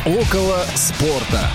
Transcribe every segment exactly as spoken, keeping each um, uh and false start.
Около спорта.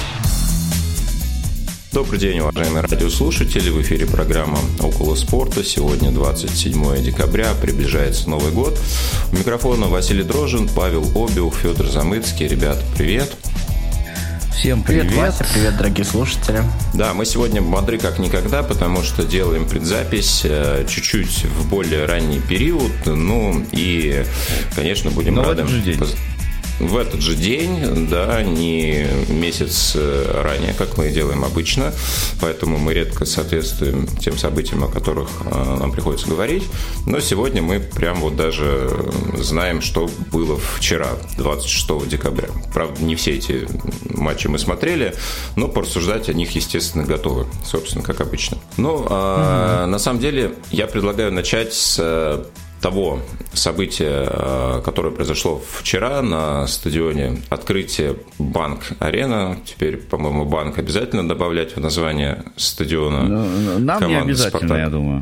Добрый день, уважаемые радиослушатели. В эфире программа «Около спорта». Сегодня двадцать седьмое декабря, приближается Новый год. У микрофона Василий Дрожжин, Павел Обиух, Федор Замыцкий. Ребята, привет. Всем привет. Привет, Вася, привет, дорогие слушатели. Да, мы сегодня бодры как никогда, потому что делаем предзапись чуть-чуть в более ранний период. Ну и, конечно, будем Но рады... в этот же день. В этот же день, да, не месяц ранее, как мы делаем обычно, поэтому мы редко соответствуем тем событиям, о которых нам приходится говорить, но сегодня мы прям вот даже знаем, что было вчера, двадцать шестого декабря. Правда, не все эти матчи мы смотрели, но порассуждать о них, естественно, готовы, собственно, как обычно. Ну, а, угу. На самом деле, я предлагаю начать с того события, которое произошло вчера на стадионе, открытие Банк-Арена. Теперь, по-моему, Банк обязательно добавлять в название стадиона. Ну, нам не обязательно, «Спартак». Я думаю.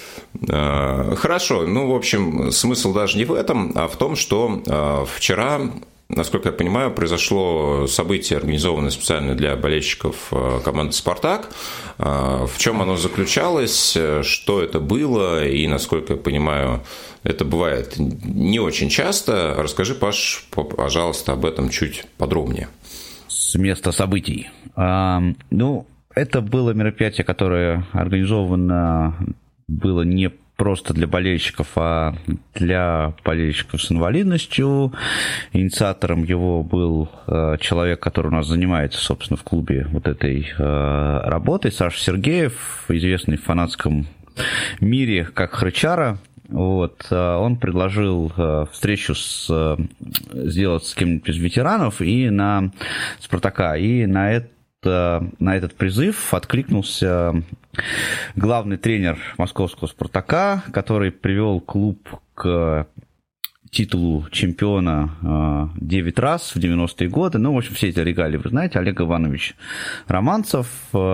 Хорошо. Ну, в общем, смысл даже не в этом, а в том, что вчера, насколько я понимаю, произошло событие, организованное специально для болельщиков команды «Спартак». В чем оно заключалось, что это было, и, насколько я понимаю, это бывает не очень часто. Расскажи, Паш, пожалуйста, об этом чуть подробнее. С места событий. А, ну, это было мероприятие, которое организовано было не просто для болельщиков, а для болельщиков с инвалидностью. Инициатором его был э, человек, который у нас занимается, собственно, в клубе вот этой э, работой, Саша Сергеев, известный в фанатском мире как Хрычара. Вот, э, он предложил э, встречу с, э, сделать с кем-нибудь из ветеранов и на Спартака, и на это на этот призыв откликнулся главный тренер московского «Спартака», который привел клуб к титулу чемпиона девять раз в девяностые годы. Ну, в общем, все эти регалии вы знаете. Олег Иванович Романцев.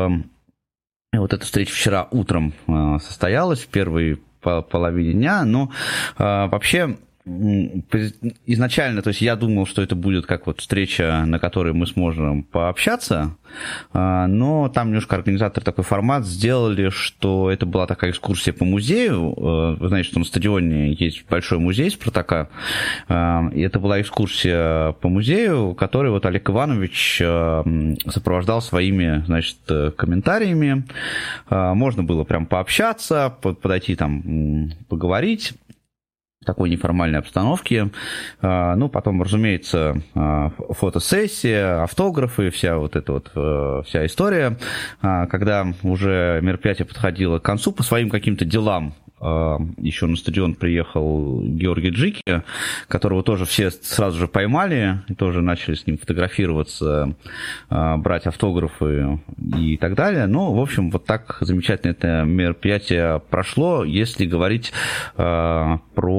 Вот эта встреча вчера утром состоялась, в первой половине дня. Но вообще... Изначально, то есть я думал, что это будет как вот встреча, на которой мы сможем пообщаться, но там немножко организаторы такой формат сделали, что это была такая экскурсия по музею. Вы знаете, что на стадионе есть большой музей «Спартака», и это была экскурсия по музею, который вот Олег Иванович сопровождал своими, значит, комментариями. Можно было прям пообщаться, подойти там, поговорить. Такой неформальной обстановке. Ну, потом, разумеется, фотосессия, автографы, вся вот эта вот вся история. Когда уже мероприятие подходило к концу по своим каким-то делам, еще на стадион приехал Георгий Джики, которого тоже все сразу же поймали, и тоже начали с ним фотографироваться, брать автографы и так далее. Ну, в общем, вот так замечательно это мероприятие прошло, если говорить про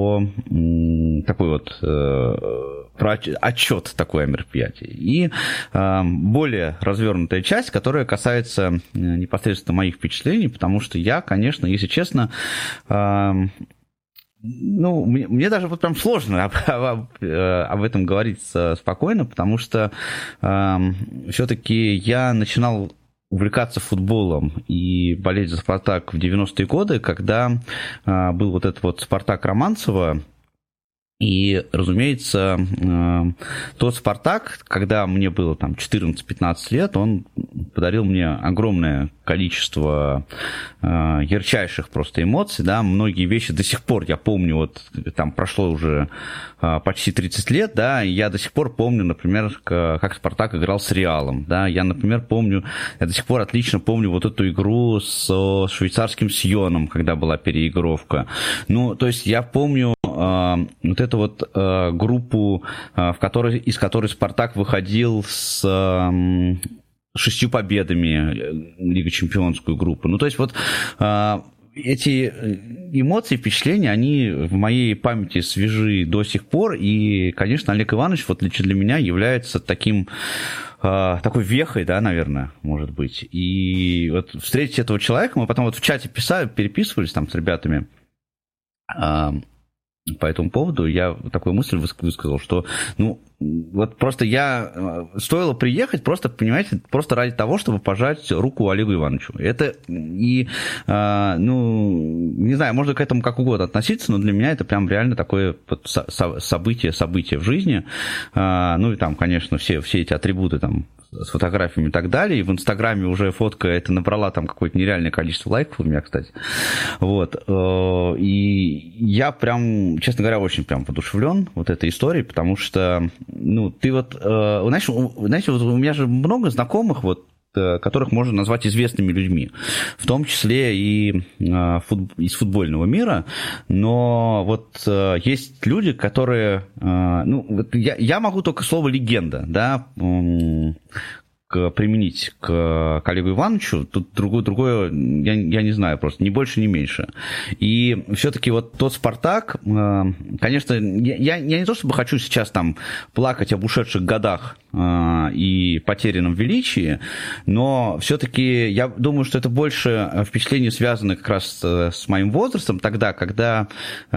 такой вот... про отчет такое мероприятие. И э, более развернутая часть, которая касается непосредственно моих впечатлений, потому что я, конечно, если честно, э, ну, мне, мне даже вот прям сложно об, об, об этом говорить спокойно, потому что э, все-таки я начинал увлекаться футболом и болеть за «Спартак» в девяностые годы, когда э, был вот этот вот «Спартак» Романцева. И, разумеется, тот «Спартак», когда мне было там четырнадцать-пятнадцать лет, он подарил мне огромное количество ярчайших просто эмоций, да, многие вещи до сих пор я помню, вот там прошло уже почти тридцать лет, да, и я до сих пор помню, например, как «Спартак» играл с «Реалом», да, я, например, помню, я до сих пор отлично помню вот эту игру с швейцарским «Сьоном», когда была переигровка, ну, то есть я помню вот эту вот э, группу, э, в которой, из которой «Спартак» выходил с э, шестью победами, Лига Чемпионскую группу. Ну, то есть вот э, эти эмоции, впечатления, они в моей памяти свежи до сих пор, и, конечно, Олег Иванович вот лично для меня является таким... такой вехой, да, наверное, может быть. И вот встретить этого человека, мы потом вот в чате писали, переписывались там с ребятами, по этому поводу, я такую мысль высказал, что, ну, вот просто я... Стоило приехать просто, понимаете, просто ради того, чтобы пожать руку Олегу Ивановичу. Это и, ну, не знаю, можно к этому как угодно относиться, но для меня это прям реально такое событие, событие в жизни. Ну, и там, конечно, все, все эти атрибуты там с фотографиями и так далее. И в Инстаграме уже фотка эта набрала там какое-то нереальное количество лайков у меня, кстати. Вот. И я прям, честно говоря, очень прям воодушевлен вот этой историей, потому что, ну, ты вот, знаешь, знаете, вот у меня же много знакомых, вот, которых можно назвать известными людьми, в том числе и из футбольного мира, но вот есть люди, которые, ну, вот я, я могу только слово «легенда», да, применить к Олегу Ивановичу, тут другое, другое я, я не знаю просто, ни больше, ни меньше. И все-таки вот тот «Спартак», конечно, я, я не то чтобы хочу сейчас там плакать об ушедших годах и потерянном величии, но все-таки я думаю, что это больше впечатления связаны как раз с моим возрастом тогда, когда...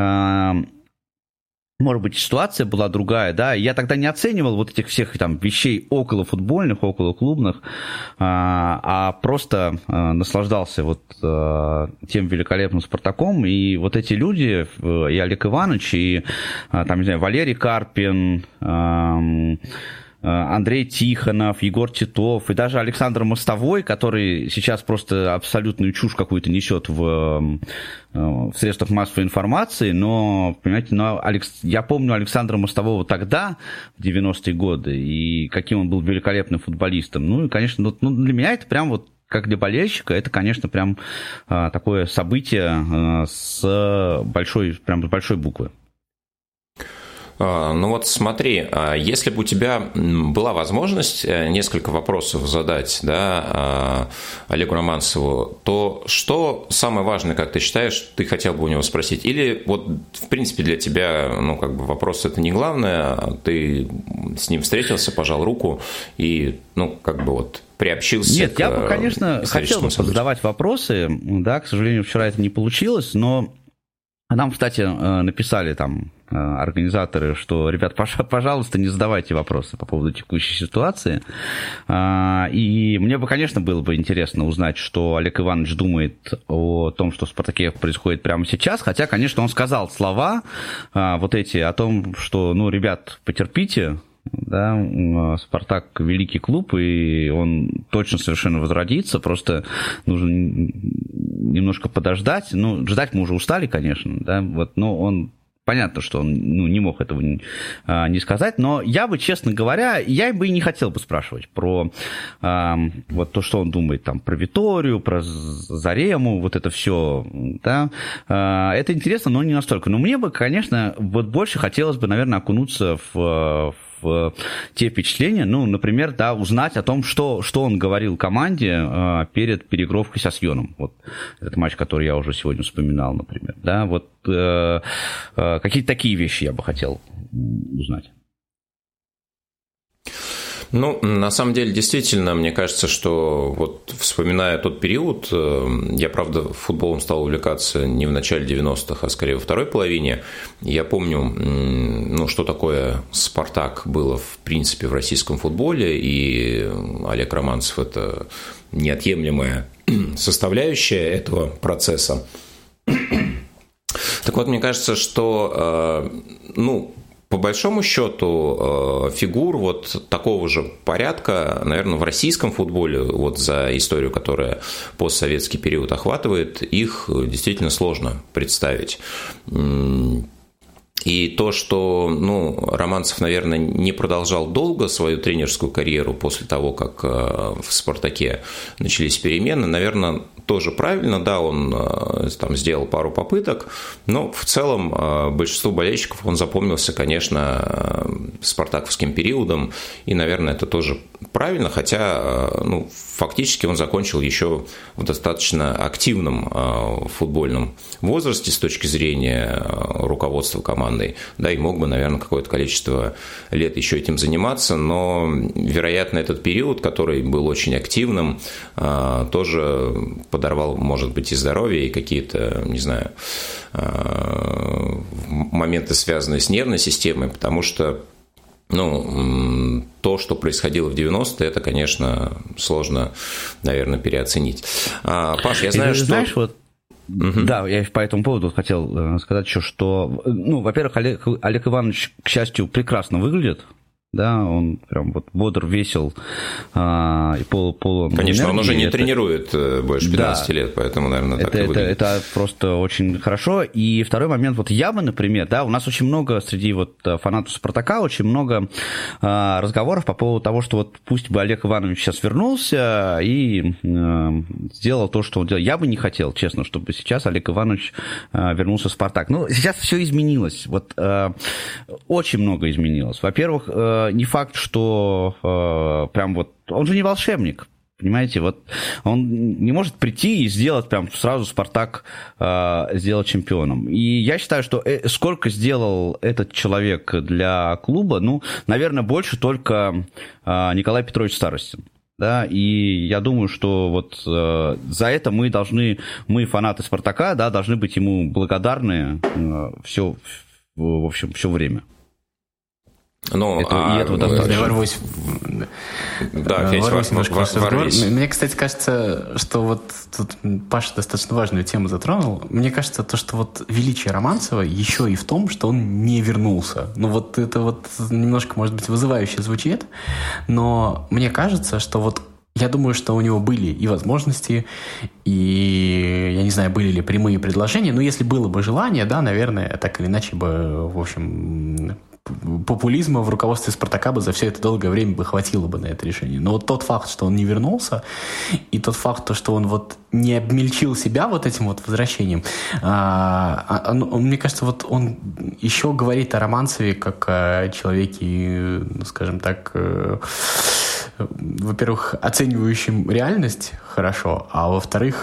Может быть, ситуация была другая, да, я тогда не оценивал вот этих всех там вещей около футбольных, около клубных, а, а просто а, наслаждался вот а, тем великолепным «Спартаком», и вот эти люди, и Олег Иванович, и а, там, не знаю, Валерий Карпин, а, Андрей Тихонов, Егор Титов и даже Александр Мостовой, который сейчас просто абсолютную чушь какую-то несет в, в средствах массовой информации, но, понимаете, но Алекс... я помню Александра Мостового тогда, в девяностые годы, и каким он был великолепным футболистом. Ну и, конечно, ну, для меня это прям вот как для болельщика, это, конечно, прям а, такое событие а, с большой, прям с большой буквы. Ну вот смотри, если бы у тебя была возможность несколько вопросов задать, да, Олегу Романцеву, то что самое важное, как ты считаешь, ты хотел бы у него спросить? Или вот, в принципе, для тебя, ну, как бы вопрос это не главное, ты с ним встретился, пожал руку и, ну, как бы вот приобщился. Нет, к я бы, конечно, хотел бы событию. задавать вопросы, да, к сожалению, вчера это не получилось, но нам, кстати, написали там организаторы, что, ребят, пожалуйста, не задавайте вопросы по поводу текущей ситуации. И мне бы, конечно, было бы интересно узнать, что Олег Иванович думает о том, что в «Спартаке» происходит прямо сейчас. Хотя, конечно, он сказал слова вот эти о том, что, ну, ребят, потерпите, да, «Спартак» великий клуб, и он точно совершенно возродится, просто нужно немножко подождать. Ну, ждать мы уже устали, конечно, да, вот, но он... Понятно, что он, ну, не мог этого не, не сказать, но я бы, честно говоря, я бы и не хотел бы спрашивать про э, вот то, что он думает там про Виторию, про Зарему, вот это все, да. Э, это интересно, но не настолько. Но мне бы, конечно, вот больше хотелось бы, наверное, окунуться в, в те впечатления, ну, например, да, узнать о том, что, что он говорил команде э, перед переигровкой со Сьоном. Вот этот матч, который я уже сегодня вспоминал, например, да, вот э, э, какие-то такие вещи я бы хотел узнать. Ну, на самом деле, действительно, мне кажется, что вот вспоминая тот период, я, правда, футболом стал увлекаться не в начале девяностых, а скорее во второй половине. Я помню, ну, что такое «Спартак» было, в принципе, в российском футболе, и Олег Романцев – это неотъемлемая составляющая этого процесса. Так вот, мне кажется, что, ну, по большому счету, фигур вот такого же порядка, наверное, в российском футболе, вот за историю, которая постсоветский период охватывает, их действительно сложно представить. И то, что, ну, Романцев, наверное, не продолжал долго свою тренерскую карьеру после того, как в «Спартаке» начались перемены, наверное, тоже правильно, да, он там сделал пару попыток, но в целом большинству болельщиков он запомнился, конечно, спартаковским периодом, и, наверное, это тоже правильно, хотя ну, фактически он закончил еще в достаточно активном футбольном возрасте с точки зрения руководства командой, да, и мог бы, наверное, какое-то количество лет еще этим заниматься, но, вероятно, этот период, который был очень активным, тоже подорвал, может быть, и здоровье, и какие-то, не знаю, моменты, связанные с нервной системой, потому что ну, то, что происходило в девяностые, это, конечно, сложно, наверное, переоценить. Паш, я знаю, Ты что... Знаешь, вот Uh-huh. Да, я по этому поводу хотел сказать еще, что, ну, во-первых, Олег, Олег Иванович, к счастью, прекрасно выглядит. Да, он прям вот бодр, весел а, и полу полу. Конечно, энергии. Он уже не это... тренирует больше пятнадцати да. лет, поэтому, наверное, так это, и выглядит. Это, это просто очень хорошо. И второй момент, вот я бы, например, да, у нас очень много среди вот фанатов «Спартака» очень много а, разговоров по поводу того, что вот пусть бы Олег Иванович сейчас вернулся и а, сделал то, что он делал. Я бы не хотел, честно, чтобы сейчас Олег Иванович а, вернулся в «Спартак». Ну, сейчас все изменилось. Вот а, очень много изменилось. Во-первых, а, не факт, что э, прям вот... Он же не волшебник, понимаете? Вот он не может прийти и сделать прям сразу «Спартак» э, сделать чемпионом. И я считаю, что э, сколько сделал этот человек для клуба, ну, наверное, больше только э, Николай Петрович Старостин. Да, и я думаю, что вот э, за это мы должны, мы, фанаты «Спартака», да, должны быть ему благодарны э, все, в общем, все время. Но, это, а, и этого достаточно. Я ворвусь. Да, Федь, ворвусь немножко в разговор. Мне, кстати, кажется, что вот тут Паша достаточно важную тему затронул. Мне кажется, то, что вот величие Романцева еще и в том, что он не вернулся. Ну вот это вот немножко, может быть, вызывающе звучит, но мне кажется, что вот я думаю, что у него были и возможности, и, я не знаю, были ли прямые предложения, но если было бы желание, да, наверное, так или иначе бы, в общем... популизма в руководстве «Спартака» бы за все это долгое время бы хватило бы на это решение. Но вот тот факт, что он не вернулся, и тот факт, то, что он вот не обмельчил себя вот этим вот возвращением, а, а, он, мне кажется, вот он еще говорит о Романцеве как о человеке, ну, скажем так, во-первых, оценивающим реальность хорошо, а во-вторых,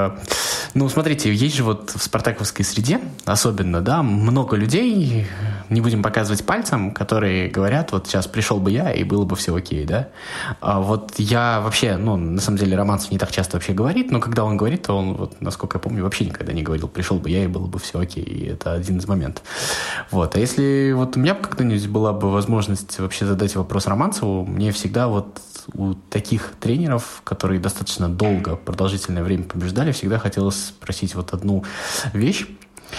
ну, смотрите, есть же вот в спартаковской среде особенно, да, много людей, не будем показывать пальцем, которые говорят, вот сейчас пришел бы я, и было бы все окей, да. А вот я вообще, ну, на самом деле, Романцев не так часто вообще говорит, но когда он говорит, то он, вот, насколько я помню, вообще никогда не говорил, пришел бы я, и было бы все окей, и это один из моментов. Вот, а если вот у меня когда-нибудь была бы возможность вообще задать вопрос Романцеву, мне всегда вот у таких тренеров, которые достаточно долго, продолжительное время побеждали, всегда хотелось спросить вот одну вещь.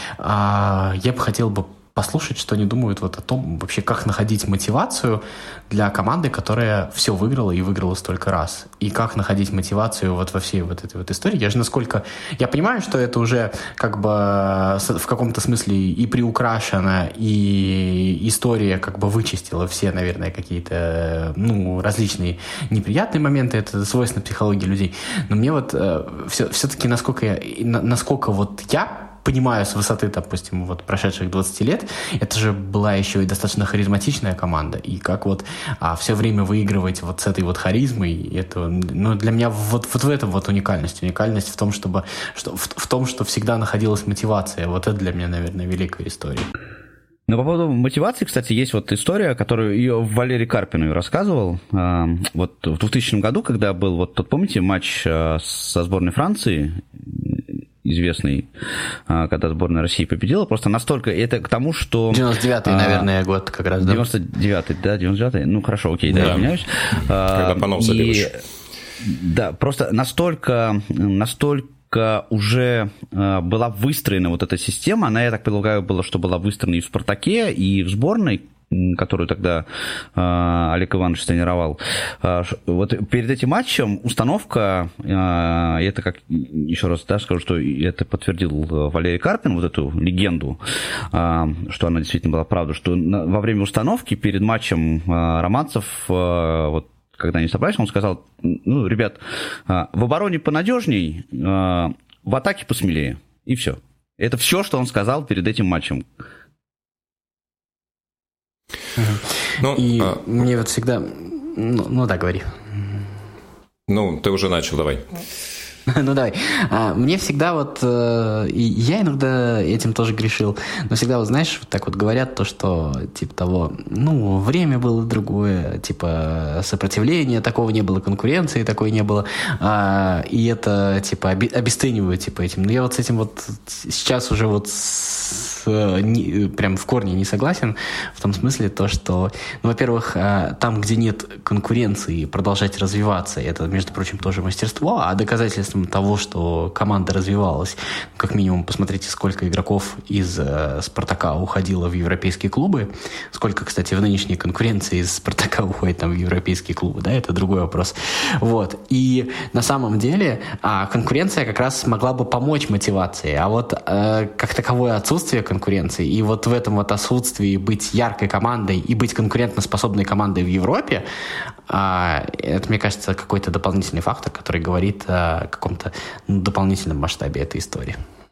А, я бы хотел бы послушать, что они думают вот о том, вообще, как находить мотивацию для команды, которая все выиграла и выиграла столько раз. И как находить мотивацию вот во всей вот этой вот истории. Я же насколько... Я понимаю, что это уже как бы в каком-то смысле и приукрашено, и история как бы вычистила все, наверное, какие-то, ну, различные неприятные моменты. Это свойственно психологии людей. Но мне вот э, все, все-таки насколько я... Насколько вот я понимаю с высоты, допустим, вот прошедших двадцати лет, это же была еще и достаточно харизматичная команда, и как вот а, все время выигрывать вот с этой вот харизмой, это, ну, для меня вот, вот в этом вот уникальность. Уникальность в том, чтобы, что, в, в том, что всегда находилась мотивация. Вот это для меня, наверное, великая история. Но по поводу мотивации, кстати, есть вот история, которую ее Валерий Карпин рассказывал. Вот в двухтысячном году, когда был вот тот, помните, матч со сборной Франции, известный, когда сборная России победила, просто настолько... Это к тому, что... девяносто девятый, а, наверное, год как раз, да? девяносто девятый, да, девяносто девятый. Ну, хорошо, окей, да, да. извиняюсь. Когда Панов забил. Да, просто настолько... настолько уже э, была выстроена вот эта система, она, я так полагаю, была, что была выстроена и в «Спартаке», и в сборной, которую тогда э, Олег Иванович тренировал. Э, вот перед этим матчем установка, э, это как, еще раз да, скажу, что это подтвердил Валерий Карпин, вот эту легенду, э, что она действительно была правда, что на, во время установки перед матчем э, Романцев, э, вот, когда они собрались, он сказал, ну, ребят, в обороне понадежней, в атаке посмелее. И все. Это все, что он сказал перед этим матчем. Ну, и а... мне вот всегда... Ну, ну да, говори. Ну, ты уже начал, давай. Ну давай. Мне всегда вот, и я иногда этим тоже грешил, но всегда вот, знаешь, вот так вот говорят то, что типа того, ну, время было другое, типа сопротивления такого не было, конкуренции такой не было, и это типа обесценивают типа этим. Но я вот с этим вот сейчас уже вот с, не, прям в корне не согласен, в том смысле то, что, ну, во-первых, там, где нет конкуренции, продолжать развиваться, это, между прочим, тоже мастерство, а доказательством того, что команда развивалась. Как минимум, посмотрите, сколько игроков из э, «Спартака» уходило в европейские клубы. Сколько, кстати, в нынешней конкуренции из «Спартака» уходит там в европейские клубы. Да, это другой вопрос. Вот. И на самом деле а, конкуренция как раз могла бы помочь мотивации. А вот э, как таковое отсутствие конкуренции, и вот в этом вот отсутствии быть яркой командой и быть конкурентоспособной командой в Европе, э, это, мне кажется, какой-то дополнительный фактор, который говорит о каком-то дополнительном масштабе этой истории.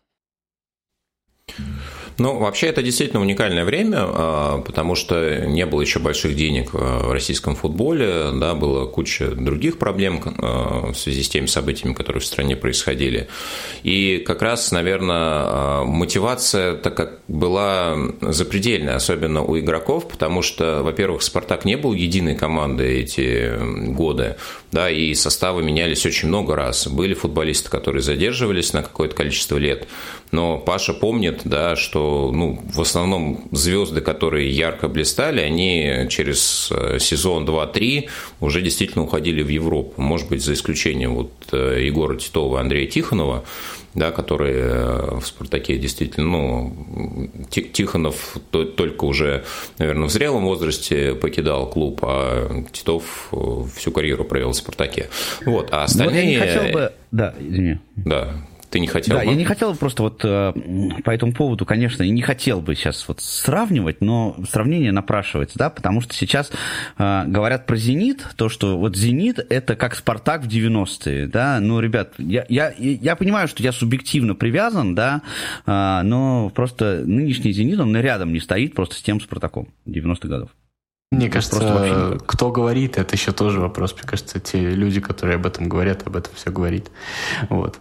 Ну, вообще, это действительно уникальное время, потому что не было еще больших денег в российском футболе, да, было куча других проблем в связи с теми событиями, которые в стране происходили. И как раз, наверное, мотивация так как была запредельная, особенно у игроков, потому что, во-первых, «Спартак» не был единой командой эти годы, да, и составы менялись очень много раз. Были футболисты, которые задерживались на какое-то количество лет, но Паша помнит, да, что ну, в основном звезды, которые ярко блистали, они через сезон два-три уже действительно уходили в Европу. Может быть, за исключением вот Егора Титова и Андрея Тихонова, да, которые в «Спартаке» действительно, ну, Тихонов только уже, наверное, в зрелом возрасте покидал клуб, а Титов всю карьеру провел в «Спартаке». Вот, а остальные... Ну, я не хотел бы... Да, извини. Да. Ты не хотел да, бы? Я не хотел бы просто вот э, по этому поводу, конечно, не хотел бы сейчас вот сравнивать, но сравнение напрашивается, да, потому что сейчас э, говорят про «Зенит», то, что вот «Зенит» — это как «Спартак» в девяностые, да, ну, ребят, я, я, я понимаю, что я субъективно привязан, да, э, но просто нынешний «Зенит», он рядом не стоит просто с тем «Спартаком» девяностых годов. Мне кажется, кто говорит, это еще тоже вопрос. Мне кажется, те люди, которые об этом говорят, об этом все говорит. Вот.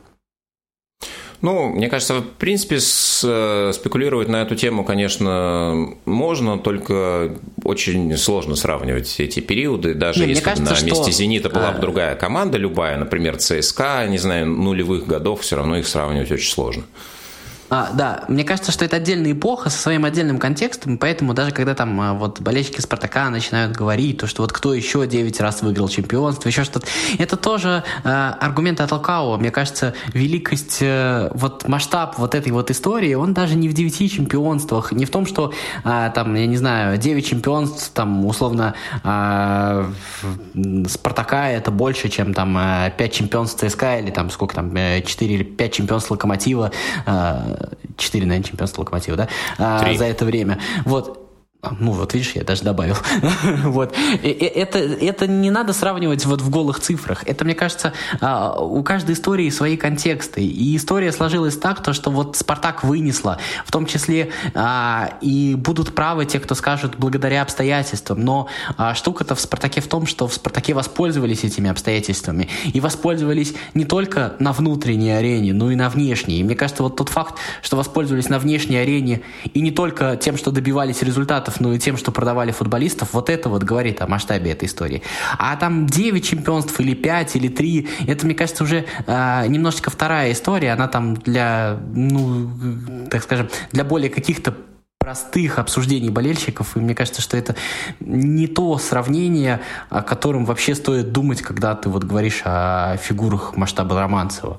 Ну, мне кажется, в принципе, с, спекулировать на эту тему, конечно, можно, только очень сложно сравнивать эти периоды. Даже не, если бы на месте что... «Зенита» была бы другая команда, любая, например, ЦСКА, не знаю, нулевых годов, все равно их сравнивать очень сложно. А, да, мне кажется, что это отдельная эпоха со своим отдельным контекстом, поэтому даже когда там вот болельщики «Спартака» начинают говорить, то, что вот кто еще девять раз выиграл чемпионство, еще что-то, это тоже э, аргументы от лукавого. Мне кажется, великость, э, вот масштаб вот этой вот истории, он даже не в девяти чемпионствах, не в том, что э, там, я не знаю, девять чемпионств, там, условно, э, «Спартака» это больше, чем там э, пять чемпионств ЦСКА или там сколько там, четыре или пять чемпионств «Локомотива», э, четыре, наверное, чемпионства «Локомотива», да, а, за это время. Вот. Ну, вот видишь, я даже добавил. Вот. Это, это не надо сравнивать вот в голых цифрах. Это, мне кажется, у каждой истории свои контексты. И история сложилась так, то, что вот «Спартак» вынесла, в том числе и будут правы те, кто скажут благодаря обстоятельствам. Но штука-то в «Спартаке» в том, что в «Спартаке» воспользовались этими обстоятельствами. И воспользовались не только на внутренней арене, но и на внешней. И мне кажется, вот тот факт, что воспользовались на внешней арене и не только тем, что добивались результатов, ну и тем, что продавали футболистов, вот это вот говорит о масштабе этой истории. А там девять чемпионств или пять, или три, это, мне кажется, уже э, немножечко вторая история, она там для, ну, так скажем, для более каких-то простых обсуждений болельщиков, и мне кажется, что это не то сравнение, о котором вообще стоит думать, когда ты вот говоришь о фигурах масштаба Романцева.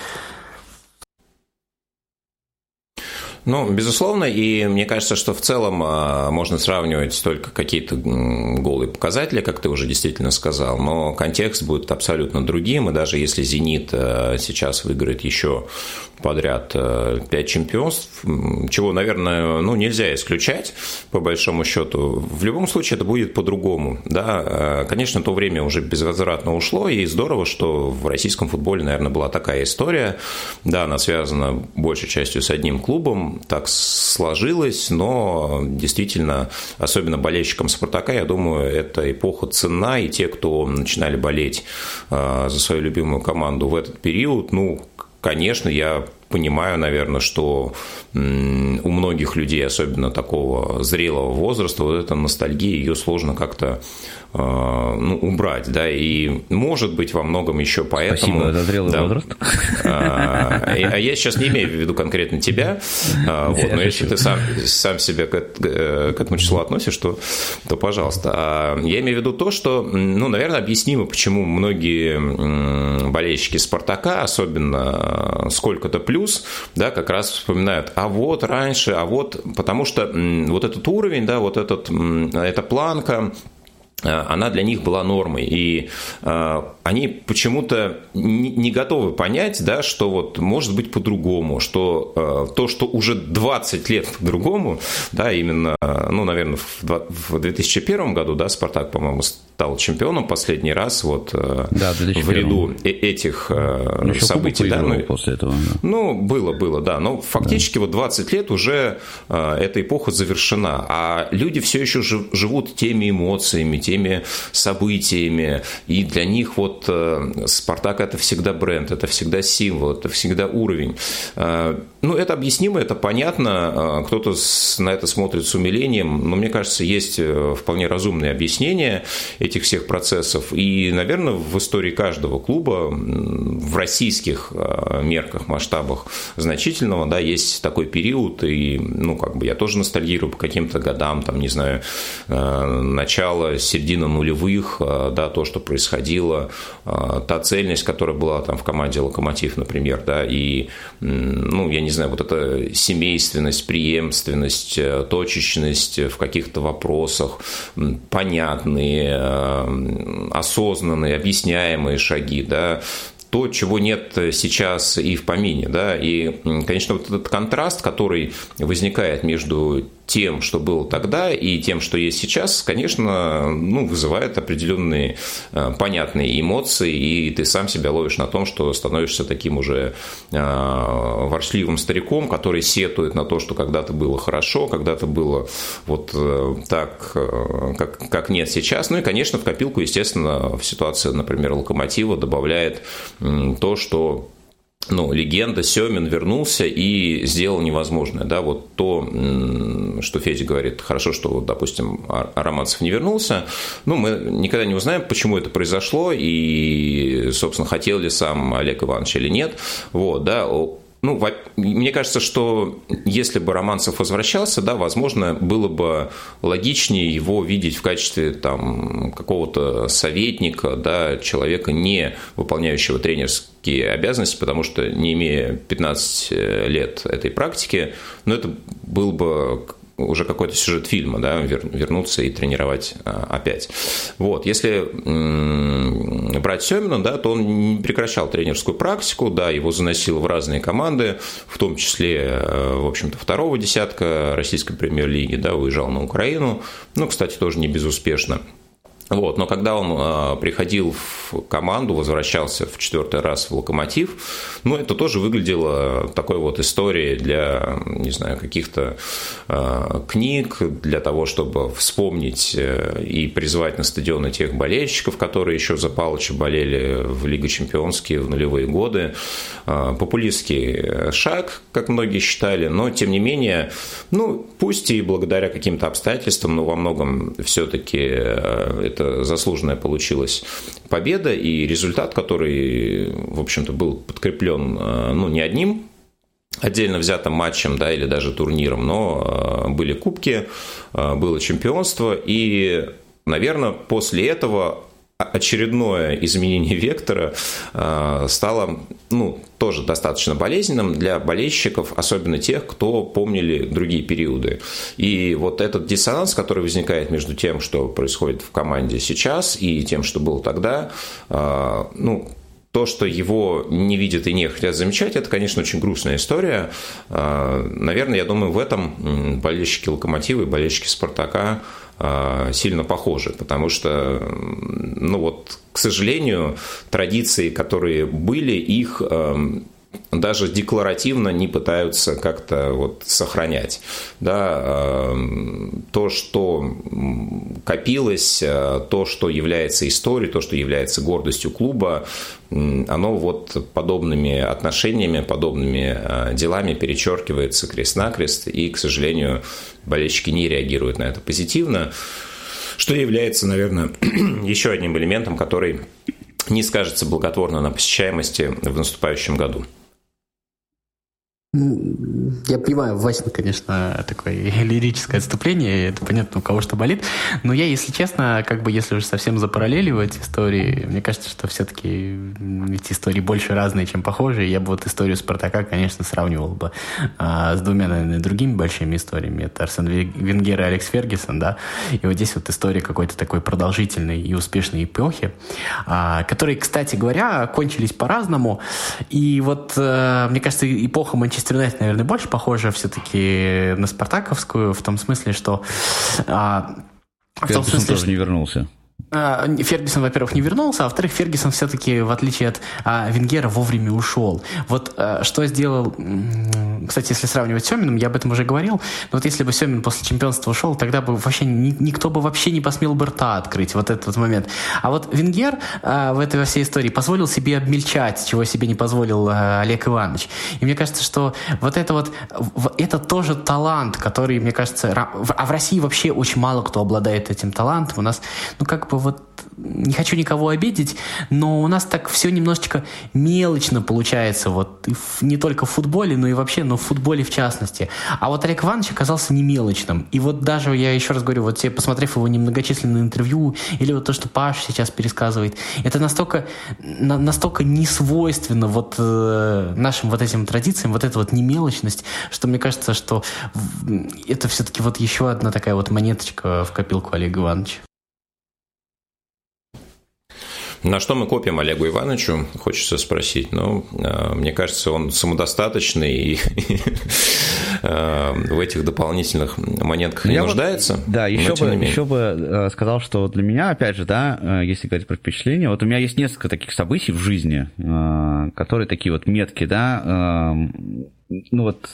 Ну, безусловно, и мне кажется, что в целом можно сравнивать только какие-то голые показатели, как ты уже действительно сказал, но контекст будет абсолютно другим, и даже если «Зенит» сейчас выиграет еще подряд пять чемпионств, чего, наверное, ну, нельзя исключать, по большому счету, в любом случае это будет по-другому. Да? Конечно, то время уже безвозвратно ушло, и здорово, что в российском футболе, наверное, была такая история, да, она связана большей частью с одним клубом, ну, так сложилось, но действительно, особенно болельщикам «Спартака», я думаю, эта эпоха ценна, и те, кто начинали болеть за свою любимую команду в этот период, ну, конечно, я понимаю, наверное, что у многих людей, особенно такого зрелого возраста, вот эта ностальгия, ее сложно как-то ну, убрать, да, и может быть во многом еще поэтому... Спасибо за зрелый да, возраст. А, а я сейчас не имею в виду конкретно тебя, вот, но если ты сам, сам себя к, к этому числу относишь, то, то пожалуйста. А я имею в виду то, что, ну, наверное, объяснимо, почему многие болельщики «Спартака», особенно сколько-то плюс, да, как раз вспоминают, а вот раньше, а вот, потому что вот этот уровень, да, вот этот, эта планка, она для них была нормой, и э, они почему-то не, не готовы понять, да, что вот может быть по-другому, что э, то, что уже двадцать лет по-другому, да, именно, ну, наверное, в, в две тысячи первом году, да, «Спартак», по-моему, стал чемпионом последний раз вот э, да, в ряду этих э, событий. Да, ну, после этого. Да. Ну, было, было, да, но фактически да. вот двадцать лет уже э, эта эпоха завершена, а люди все еще жив, живут теми эмоциями, теми событиями, и для них вот э, «Спартак» — это всегда бренд, это всегда символ, это всегда уровень. Э, ну, это объяснимо, это понятно, э, кто-то с, на это смотрит с умилением, но мне кажется, есть вполне разумные объяснения этих всех процессов, и, наверное, в истории каждого клуба в российских э, мерках, масштабах значительного, да, есть такой период, и, ну, как бы я тоже ностальгирую по каким-то годам, там, не знаю, э, начало, середина нулевых, да, то, что происходило, та цельность, которая была там в команде «Локомотив», например, да, и, ну, я не знаю, вот эта семейственность, преемственность, точечность в каких-то вопросах, понятные, осознанные, объясняемые шаги, да, то, чего нет сейчас и в помине, да, и, конечно, вот этот контраст, который возникает между тем, что было тогда, и тем, что есть сейчас, конечно, ну, вызывает определенные э, понятные эмоции, и ты сам себя ловишь на том, что становишься таким уже э, ворчливым стариком, который сетует на то, что когда-то было хорошо, когда-то было вот э, так, э, как, как нет сейчас. Ну и, конечно, в копилку, естественно, в ситуации, например, «Локомотива» добавляет э, то, что ну, легенда Семин вернулся и сделал невозможное. Да, вот то, что Федя говорит, хорошо, что, вот, допустим, Романцев не вернулся. Ну, мы никогда не узнаем, почему это произошло и, собственно, хотел ли сам Олег Иванович или нет. Вот, да. Ну, мне кажется, что если бы Романцев возвращался, да, возможно, было бы логичнее его видеть в качестве там, какого-то советника, да, человека, не выполняющего тренерские обязанности, потому что, не имея пятнадцати лет этой практики, ну, это был бы уже какой-то сюжет фильма, да, вернуться и тренировать опять. Вот. Если брать Семина, да, то он не прекращал тренерскую практику, да, его заносило в разные команды, в том числе, в общем-то, второго десятка российской премьер-лиги, да, уезжал на Украину, ну, кстати, тоже не безуспешно. Вот, но когда он э, приходил в команду, возвращался в четвертый раз в «Локомотив», ну, это тоже выглядело такой вот историей для, не знаю, каких-то э, книг, для того, чтобы вспомнить э, и призвать на стадионы тех болельщиков, которые еще за Палыча болели в Лиге Чемпионские в нулевые годы. Э, популистский шаг, как многие считали, но, тем не менее, ну, пусть и благодаря каким-то обстоятельствам, но во многом все-таки э, это заслуженная получилась победа и результат, который, в общем-то, был подкреплен, ну, не одним отдельно взятым матчем, да, или даже турниром, но были кубки, было чемпионство, и, наверное, после этого очередное изменение вектора стало, ну, тоже достаточно болезненным для болельщиков, особенно тех, кто помнили другие периоды. И вот этот диссонанс, который возникает между тем, что происходит в команде сейчас, и тем, что было тогда, ну, то, что его не видят и не хотят замечать, это, конечно, очень грустная история. Наверное, я думаю, в этом болельщики «Локомотива» и болельщики «Спартака» сильно похожи, потому что, ну вот, к сожалению, традиции, которые были, их даже декларативно не пытаются как-то вот сохранять. Да, то, что копилось, то, что является историей, то, что является гордостью клуба, оно вот подобными отношениями, подобными делами перечеркивается крест-накрест, и, к сожалению, болельщики не реагируют на это позитивно, что является, наверное, еще одним элементом, который не скажется благотворно на посещаемости в наступающем году. Я понимаю, Васин, конечно, такое лирическое отступление, это понятно, у кого что болит, но я, если честно, как бы, если уже совсем запараллеливать истории, мне кажется, что все-таки эти истории больше разные, чем похожие. Я бы вот историю Спартака, конечно, сравнивал бы а, с двумя, наверное, другими большими историями. Это Арсен Венгер и Алекс Фергюсон, да, и вот здесь вот история какой-то такой продолжительной и успешной эпохи, а, которые, кстати говоря, кончились по-разному, и вот, а, мне кажется, эпоха Манчестер Юнайтед, наверное, больше похожа все-таки на спартаковскую, в том смысле, что... А, в том смысле, тоже что... не вернулся. Фергюсон, во-первых, не вернулся, а во-вторых, Фергюсон все-таки, в отличие от а, Венгера, вовремя ушел. Вот а, что сделал... Кстати, если сравнивать с Семиным, я об этом уже говорил, но вот если бы Семин после чемпионства ушел, тогда бы вообще ни, никто бы вообще не посмел бы рта открыть, вот этот вот момент. А вот Венгер а, в этой во всей истории позволил себе обмельчать, чего себе не позволил а, Олег Иванович. И мне кажется, что вот это вот, это тоже талант, который, мне кажется... А в России вообще очень мало кто обладает этим талантом. У нас, ну, как бы вот, не хочу никого обидеть, но у нас так все немножечко мелочно получается, вот, не только в футболе, но и вообще, но в футболе в частности. А вот Олег Иванович оказался не мелочным. И вот даже, я еще раз говорю, вот тебе, посмотрев его немногочисленные интервью, или вот то, что Паш сейчас пересказывает, это настолько, на, настолько несвойственно вот э, нашим вот этим традициям, вот эта вот немелочность, что мне кажется, что это все-таки вот еще одна такая вот монеточка в копилку Олега Ивановича. На что мы копим Олегу Ивановичу, хочется спросить. Ну, мне кажется, он самодостаточный и в этих дополнительных монетках не нуждается. Да, еще бы, еще бы сказал, что для меня, опять же, да, если говорить про впечатления, вот у меня есть несколько таких событий в жизни, которые такие вот метки, да, ну вот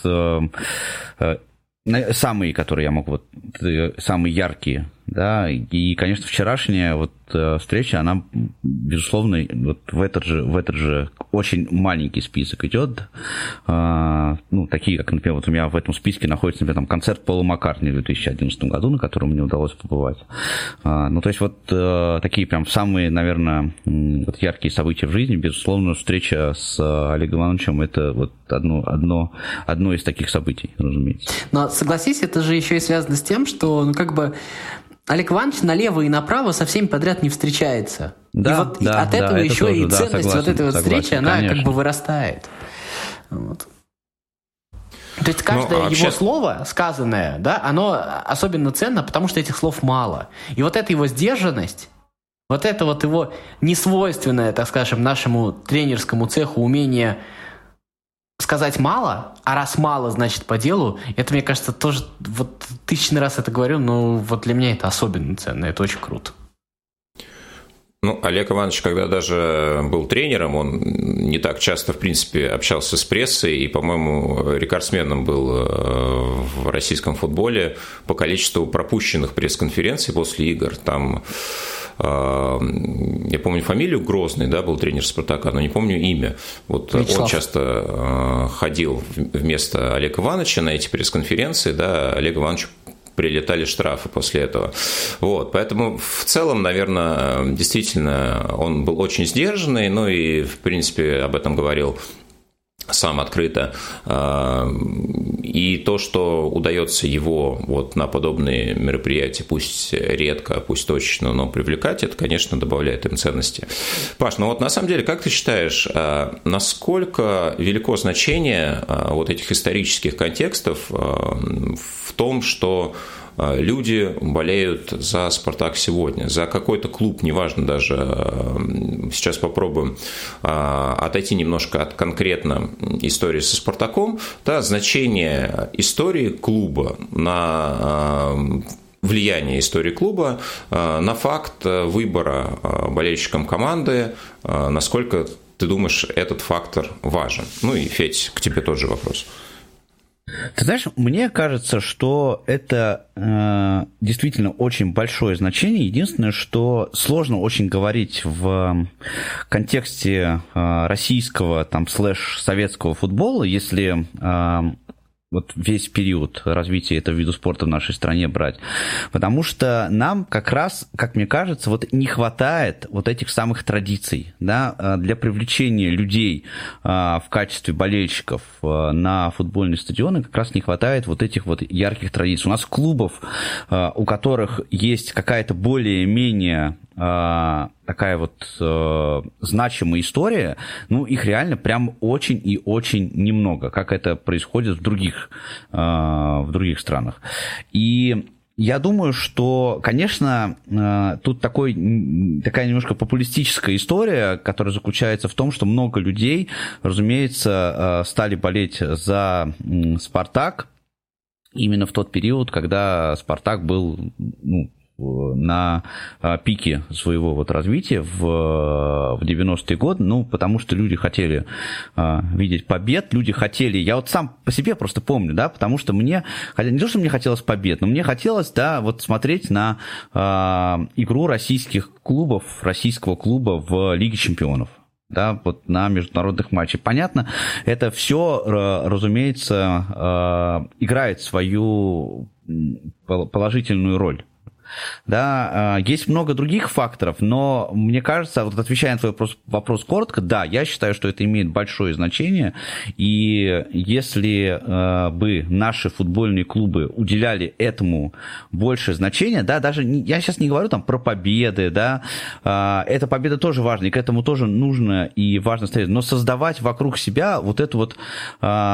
самые, которые я могу, вот самые яркие, да, и, конечно, вчерашняя вот встреча, она, безусловно, вот в этот же, в этот же очень маленький список идет, ну, такие, как, например, вот у меня в этом списке находится, например, там, концерт Пола Маккартни в две тысячи одиннадцатом году, на котором мне удалось побывать. Ну, то есть вот такие прям самые, наверное, вот яркие события в жизни, безусловно, встреча с Олегом Ивановичем, это вот одно, одно, одно из таких событий, разумеется. Но согласись, это же еще и связано с тем, что, ну, как бы Олег Иванович налево и направо со всеми подряд не встречается. Да, и вот да, от да, этого это еще тоже, и да, ценность согласен, вот этой вот согласен, встречи, она конечно. как бы вырастает. Вот. То есть каждое ну, а вообще... его слово, сказанное, да, оно особенно ценно, потому что этих слов мало. И вот эта его сдержанность, вот это вот его несвойственное, так скажем, нашему тренерскому цеху умение сказать мало, а раз мало, значит по делу, это, мне кажется, тоже, вот тысячный раз это говорю, но вот для меня это особенно ценно, это очень круто. Ну, Олег Иванович, когда даже был тренером, он не так часто, в принципе, общался с прессой, и, по-моему, рекордсменом был в российском футболе по количеству пропущенных пресс-конференций после игр. Там, я помню фамилию, Грозный, да, был тренер «Спартака», но не помню имя. Вот Вячеслав. Он часто ходил вместо Олега Ивановича на эти пресс-конференции, да, Олег Иванович прилетали штрафы после этого. Вот, поэтому в целом, наверное, действительно он был очень сдержанный, ну и, в принципе, об этом говорил сам открыто. И то, что удается его вот на подобные мероприятия, пусть редко, пусть точно, но привлекать, это, конечно, добавляет им ценности. Паш, ну вот на самом деле, как ты считаешь, насколько велико значение вот этих исторических контекстов в том, что люди болеют за «Спартак» сегодня, за какой-то клуб, неважно даже, сейчас попробуем отойти немножко от конкретно истории со «Спартаком», да, значение истории клуба на влияние истории клуба на факт выбора болельщикам команды, насколько ты думаешь, этот фактор важен? Ну и, Федь, к тебе тот же вопрос. Ты знаешь, мне кажется, что это э, действительно очень большое значение. Единственное, что сложно очень говорить в контексте э, российского там слэш советского футбола, если э, вот весь период развития этого вида спорта в нашей стране брать. Потому что нам как раз, как мне кажется, вот не хватает вот этих самых традиций, да, для привлечения людей в качестве болельщиков на футбольные стадионы как раз не хватает вот этих вот ярких традиций. У нас клубов, у которых есть какая-то более-менее такая вот э, значимая история, ну, их реально прям очень и очень немного, как это происходит в других, э, в других странах. И я думаю, что, конечно, э, тут такой, такая немножко популистическая история, которая заключается в том, что много людей, разумеется, э, стали болеть за э, «Спартак» именно в тот период, когда «Спартак» был, ну, на пике своего вот развития в, в девяностые годы, ну, потому что люди хотели а, видеть побед, люди хотели, я вот сам по себе просто помню, да, потому что мне, не то, что мне хотелось побед, но мне хотелось, да, вот смотреть на а, игру российских клубов, российского клуба в Лиге чемпионов. Да, вот на международных матчах. Понятно, это все, разумеется, играет свою положительную роль. Да, есть много других факторов, но мне кажется, вот отвечая на твой вопрос, вопрос коротко, да, я считаю, что это имеет большое значение, и если э, бы наши футбольные клубы уделяли этому больше значения, да, даже не, я сейчас не говорю там про победы, да, э, эта победа тоже важна, и к этому тоже нужно и важно стремиться, но создавать вокруг себя вот эту вот э,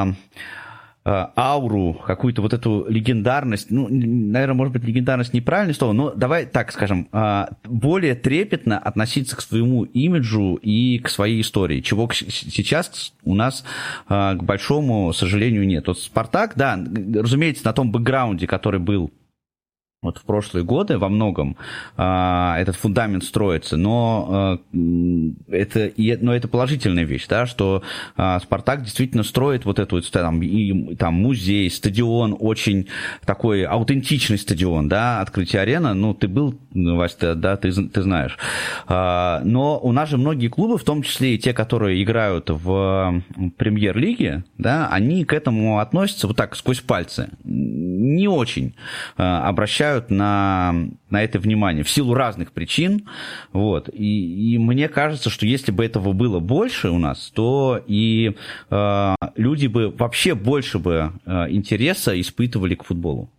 ауру, какую-то вот эту легендарность, ну, наверное, может быть, легендарность неправильное слово, но давай так скажем, более трепетно относиться к своему имиджу и к своей истории, чего сейчас у нас, к большому сожалению, нет. Вот «Спартак», да, разумеется, на том бэкграунде, который был вот в прошлые годы во многом э, этот фундамент строится, но, э, это, и, но это положительная вещь, да, что э, «Спартак» действительно строит вот эту вот, там, и, там, музей, стадион, очень такой аутентичный стадион, да, открытие арены, ну, ты был, Вася, да, ты, ты знаешь. Э, но у нас же многие клубы, в том числе и те, которые играют в премьер-лиге, да, они к этому относятся вот так, сквозь пальцы, не очень э, обращаются на, на это внимание в силу разных причин. Вот. И, и мне кажется, что если бы этого было больше у нас, то и э, люди бы вообще больше бы э, интереса испытывали к футболу.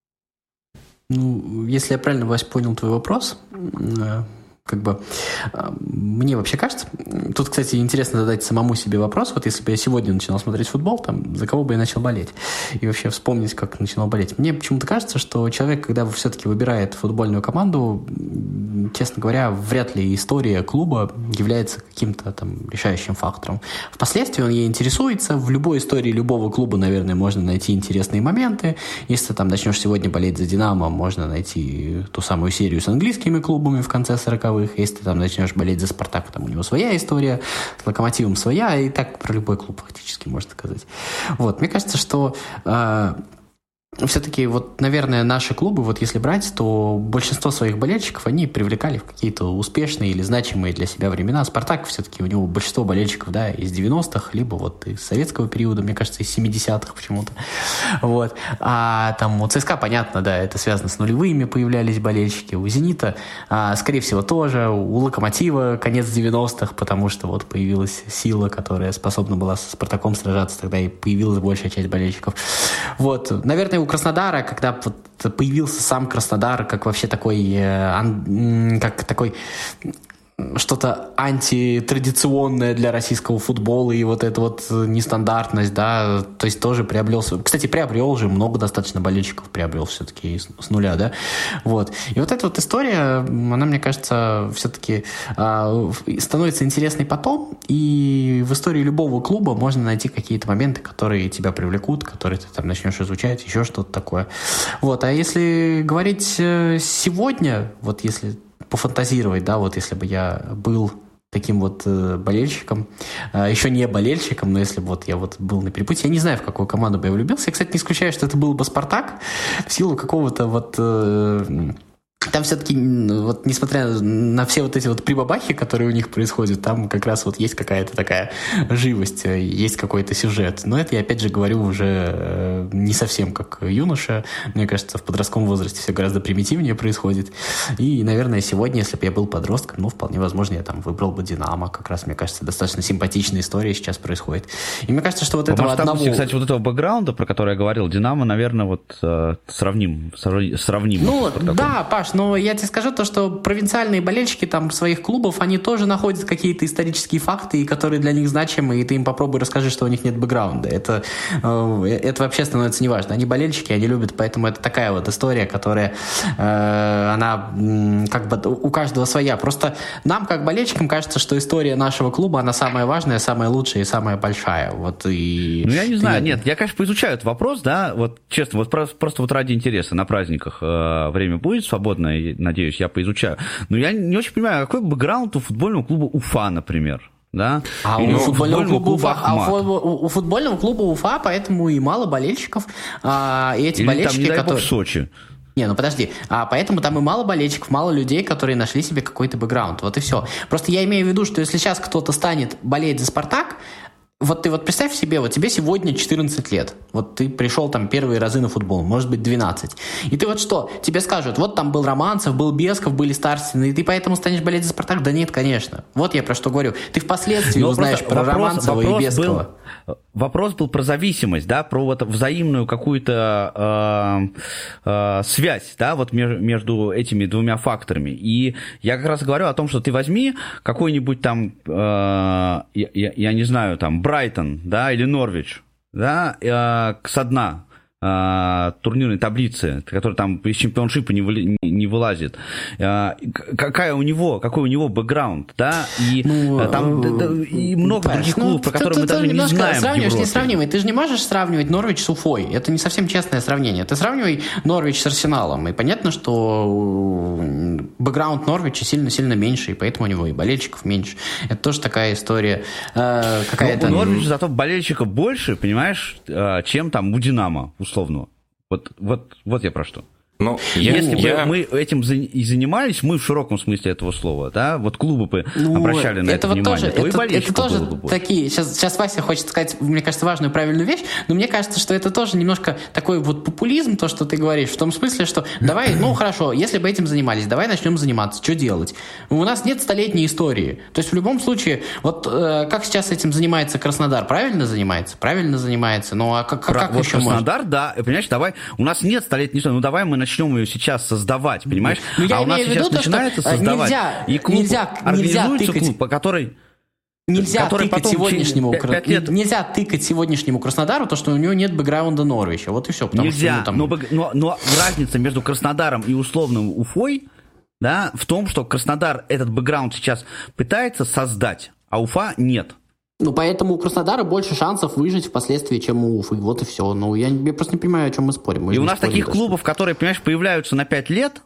Ну, если я правильно, Вась, понял твой вопрос, э, как бы мне вообще кажется, тут, кстати, интересно задать самому себе вопрос, вот если бы я сегодня начинал смотреть футбол, там, за кого бы я начал болеть? И вообще вспомнить, как начинал болеть. Мне почему-то кажется, что человек, когда все-таки выбирает футбольную команду, честно говоря, вряд ли история клуба является каким-то там решающим фактором. Впоследствии он ей интересуется, в любой истории любого клуба, наверное, можно найти интересные моменты. Если ты там начнешь сегодня болеть за «Динамо», можно найти ту самую серию с английскими клубами в конце сороковых. Если ты там начнешь болеть за «Спартак», там у него своя история, с «Локомотивом» своя, и так про любой клуб фактически можно сказать. Вот, мне кажется, что э, все-таки, вот, наверное, наши клубы, вот если брать, то большинство своих болельщиков они привлекали в какие-то успешные или значимые для себя времена. «Спартак» все-таки, у него большинство болельщиков, да, из девяностых, либо вот из советского периода, мне кажется, из семидесятых почему-то. Вот. А там у ЦСКА, понятно, да, это связано с нулевыми, появлялись болельщики. У «Зенита», а, скорее всего, тоже. У «Локомотива» конец девяностых, потому что вот появилась сила, которая способна была со «Спартаком» сражаться, тогда и появилась большая часть болельщиков. Вот. Наверное, у Краснодара, когда вот появился сам Краснодар, как вообще такой, э, как такой что-то антитрадиционное для российского футбола, и вот эта вот нестандартность, да, то есть тоже приобрел... Кстати, приобрел же, много достаточно болельщиков приобрел все-таки с, с нуля, да, вот. И вот эта вот история, она, мне кажется, все-таки э, становится интересной потом, и в истории любого клуба можно найти какие-то моменты, которые тебя привлекут, которые ты там начнешь изучать, еще что-то такое. Вот, а если говорить сегодня, вот если... пофантазировать, да, вот если бы я был таким вот э, болельщиком, э, еще не болельщиком, но если бы вот я вот был на перепутье, я не знаю, в какую команду бы я влюбился. Я, кстати, не исключаю, что это был бы «Спартак», в силу какого-то вот... Э, там все-таки, вот, несмотря на все вот эти вот прибабахи, которые у них происходят, там как раз вот есть какая-то такая живость, есть какой-то сюжет. Но это я, опять же, говорю уже не совсем как юноша. Мне кажется, в подростковом возрасте все гораздо примитивнее происходит. И, наверное, сегодня, если бы я был подростком, ну, вполне возможно, я там выбрал бы «Динамо». Как раз, мне кажется, достаточно симпатичная история сейчас происходит. И мне кажется, что вот этого одного... Кстати, вот этого бэкграунда, про который я говорил, «Динамо», наверное, вот э, сравним, сравним. Ну, да, Паш, но я тебе скажу то, что провинциальные болельщики там своих клубов, они тоже находят какие-то исторические факты, которые для них значимы, и ты им попробуй расскажи, что у них нет бэкграунда. Это, это вообще становится неважно. Они болельщики, они любят, поэтому это такая вот история, которая, э, она как бы у каждого своя. Просто нам, как болельщикам, кажется, что история нашего клуба, она самая важная, самая лучшая и самая большая. Вот и... Ну, я не знаю, нет, я, конечно, поизучаю этот вопрос, да, вот честно, вот просто, просто вот ради интереса на праздниках э, время будет свободное, надеюсь, я поизучаю. Но я не очень понимаю, какой бэкграунд у футбольного клуба Уфа, например, да? А у футбольного клуба Уфа, а у, у футбольного клуба Уфа, поэтому и мало болельщиков. А, и эти Или болельщики, там, не дай которые... бог, в Сочи. Не, ну подожди, а поэтому там и мало болельщиков, мало людей, которые нашли себе какой-то бэкграунд. Вот и все. Просто я имею в виду, что если сейчас кто-то станет болеть за «Спартак», вот ты вот представь себе, вот тебе сегодня четырнадцать лет, вот ты пришел там первые разы на футбол, может быть двенадцать, и ты вот что, тебе скажут, вот там был Романцев, был Бесков, были Старостины, и ты поэтому станешь болеть за «Спартак»? Да нет, конечно. Вот я про что говорю. Ты впоследствии Но узнаешь про вопрос, Романцева вопрос и Бескова. Был, вопрос был про зависимость, да, про вот взаимную какую-то э, э, связь, да, вот между, между этими двумя факторами. И я как раз говорю о том, что ты возьми какой-нибудь там, э, я, я не знаю, там, Брайтон, да, или Норвич, да, э, со дна э, турнирной таблицы, который там из чемпионшипа не, вы, не, не вылазит. Э, какая у него, какой у него бэкграунд, да, и ну, там да, да, и много Паш, других клубов, ну, про которые мы даже не знаем. Сравниваешь несравнимое. Ты же не можешь сравнивать Норвич с Уфой. Это не совсем честное сравнение. Ты сравнивай Норвич с Арсеналом, и понятно, что бэкграунд Норвича сильно-сильно меньше, и поэтому у него и болельщиков меньше. Это тоже такая история. Э, какая-то... Ну, у Норвича зато болельщиков больше, понимаешь, чем там у «Динамо», условно. Вот, вот, вот я про что. Ну, я, Если я... бы мы этим и занимались, мы в широком смысле этого слова, да, вот клубы бы ну, обращали на это, это вот внимание, тоже, то это, и болельщиков это тоже было бы такие, сейчас, сейчас Вася хочет сказать, мне кажется, важную правильную вещь, но мне кажется, что это тоже немножко такой вот популизм, то, что ты говоришь, в том смысле, что давай, ну хорошо, если бы этим занимались, давай начнем заниматься, что делать? У нас нет столетней истории, то есть в любом случае, вот э, как сейчас этим занимается Краснодар, правильно занимается? Правильно занимается, ну а как, Про, как вот еще Краснодар, можно? Да, понимаешь, давай, у нас нет столетней истории, ну давай мы начнем ее сейчас создавать, понимаешь? Ну, я а у нас сейчас то, начинается создавать. Нельзя, и клуб, нельзя, организуется нельзя клуб, по которой... Нельзя который тыкать сегодняшнему пять лет... нельзя тыкать сегодняшнему Краснодару то, что у него нет бэкграунда Норвича. Вот и все. Нельзя, что, ну, там... но, но, но разница между Краснодаром и условным Уфой, да, в том, что Краснодар этот бэкграунд сейчас пытается создать, а Уфа нет. Ну, поэтому у Краснодара больше шансов выжить впоследствии, чем у Уфы. Вот и все. Ну, я, я просто не понимаю, о чем мы спорим. Мы и у нас спорим, таких да, клубов, что... которые, понимаешь, появляются на пять лет,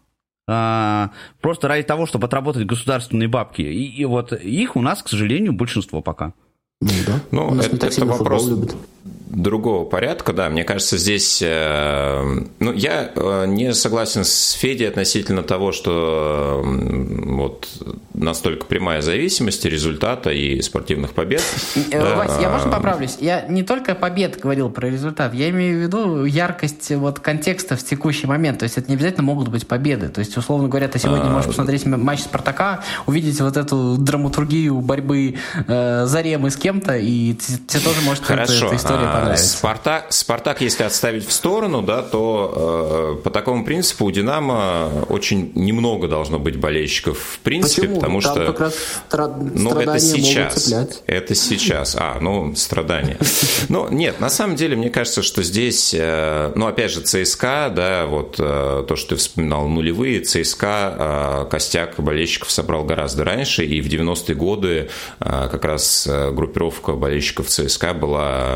а, просто ради того, чтобы отработать государственные бабки. И, и вот их у нас, к сожалению, большинство пока. Ну, да. Ну, у нас это, не так это сильно вопрос футбол любит. Другого порядка, да. Мне кажется, здесь... Э, ну, я э, не согласен с Федей относительно того, что э, вот настолько прямая зависимость результата и спортивных побед. Да. Вась, я, можно поправлюсь? Я не только побед говорил про результат, я имею в виду яркость вот, контекста в текущий момент. То есть это не обязательно могут быть победы. То есть, условно говоря, ты сегодня а... можешь посмотреть матч «Спартака», увидеть вот эту драматургию борьбы э, Заремы с кем-то, и тебе тоже может эта история понравиться. Спартак, Спартак, если отставить в сторону, да, то э, по такому принципу у «Динамо» очень немного должно быть болельщиков в принципе. Почему? Потому Там что как раз стра- ну, страдания это сейчас, могут цеплять. Это сейчас. А, ну, страдания. Ну, нет, на самом деле, мне кажется, что здесь, э, ну, опять же, ЦСКА, да, вот э, то, что ты вспоминал, нулевые, ЦСКА э, костяк болельщиков собрал гораздо раньше, и в девяностые годы э, как раз группировка болельщиков ЦСКА была второй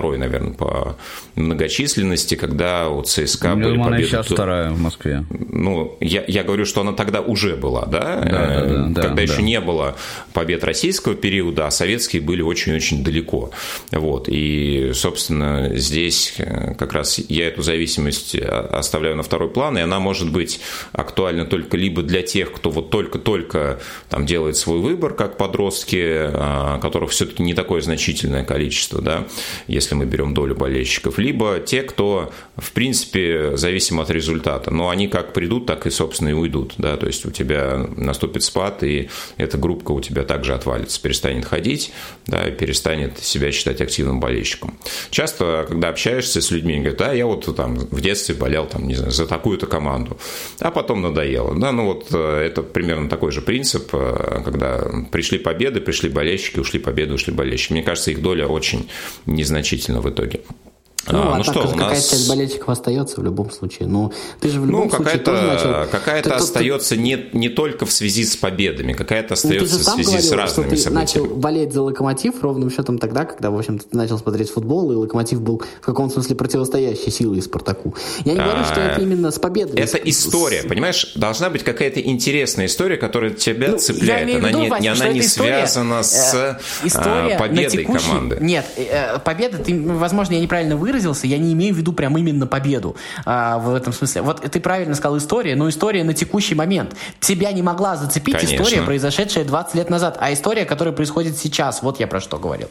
второй, наверное, по многочисленности, когда у ЦСКА были победы. Она сейчас вторая в Москве. Ну, я, я говорю, что она тогда уже была, да? Да, да, да, когда да, еще да. не было побед российского периода, а советские были очень-очень далеко. Вот. И, собственно, здесь как раз я эту зависимость оставляю на второй план, и она может быть актуальна только либо для тех, кто вот только-только там делает свой выбор, как подростки, которых все-таки не такое значительное количество, да, если мы берем долю болельщиков, либо те, кто, в принципе, зависим от результата. Но они как придут, так и, собственно, и уйдут. Да? То есть у тебя наступит спад, и эта группка у тебя также отвалится, перестанет ходить, да, и перестанет себя считать активным болельщиком. Часто, когда общаешься с людьми, говорят, да, я вот там в детстве болел там, не знаю, за такую-то команду, а потом надоело. Да, ну вот это примерно такой же принцип, когда пришли победы, пришли болельщики, ушли победы, ушли болельщики. Мне кажется, их доля очень незначительна в итоге. Ну, а, а ну так что, у какая-то нас... часть болельщиков остается в любом случае. Ну, ты же в любом ну, случае тоже начал... Какая-то ты, остается ты... Не, не только в связи с победами, какая-то остается ну, в связи говорил, с разными что ты событиями. начал болеть за Локомотив ровным счетом тогда, когда, в общем-то, ты начал смотреть футбол, и Локомотив был в каком-то смысле противостоящей силой Спартаку. Я не говорю, что это именно с победами. Это история, понимаешь? Должна быть какая-то интересная история, которая тебя ну, цепляет. Она виду, не, Вася, она не история, связана с история победой текущей... команды. Нет, победа, ты, возможно, я неправильно выразился, я не имею в виду прям именно победу а, в этом смысле. Вот ты правильно сказал история, но история на текущий момент. Тебя не могла зацепить Конечно. История, произошедшая двадцать лет назад, а история, которая происходит сейчас. Вот я про что говорил.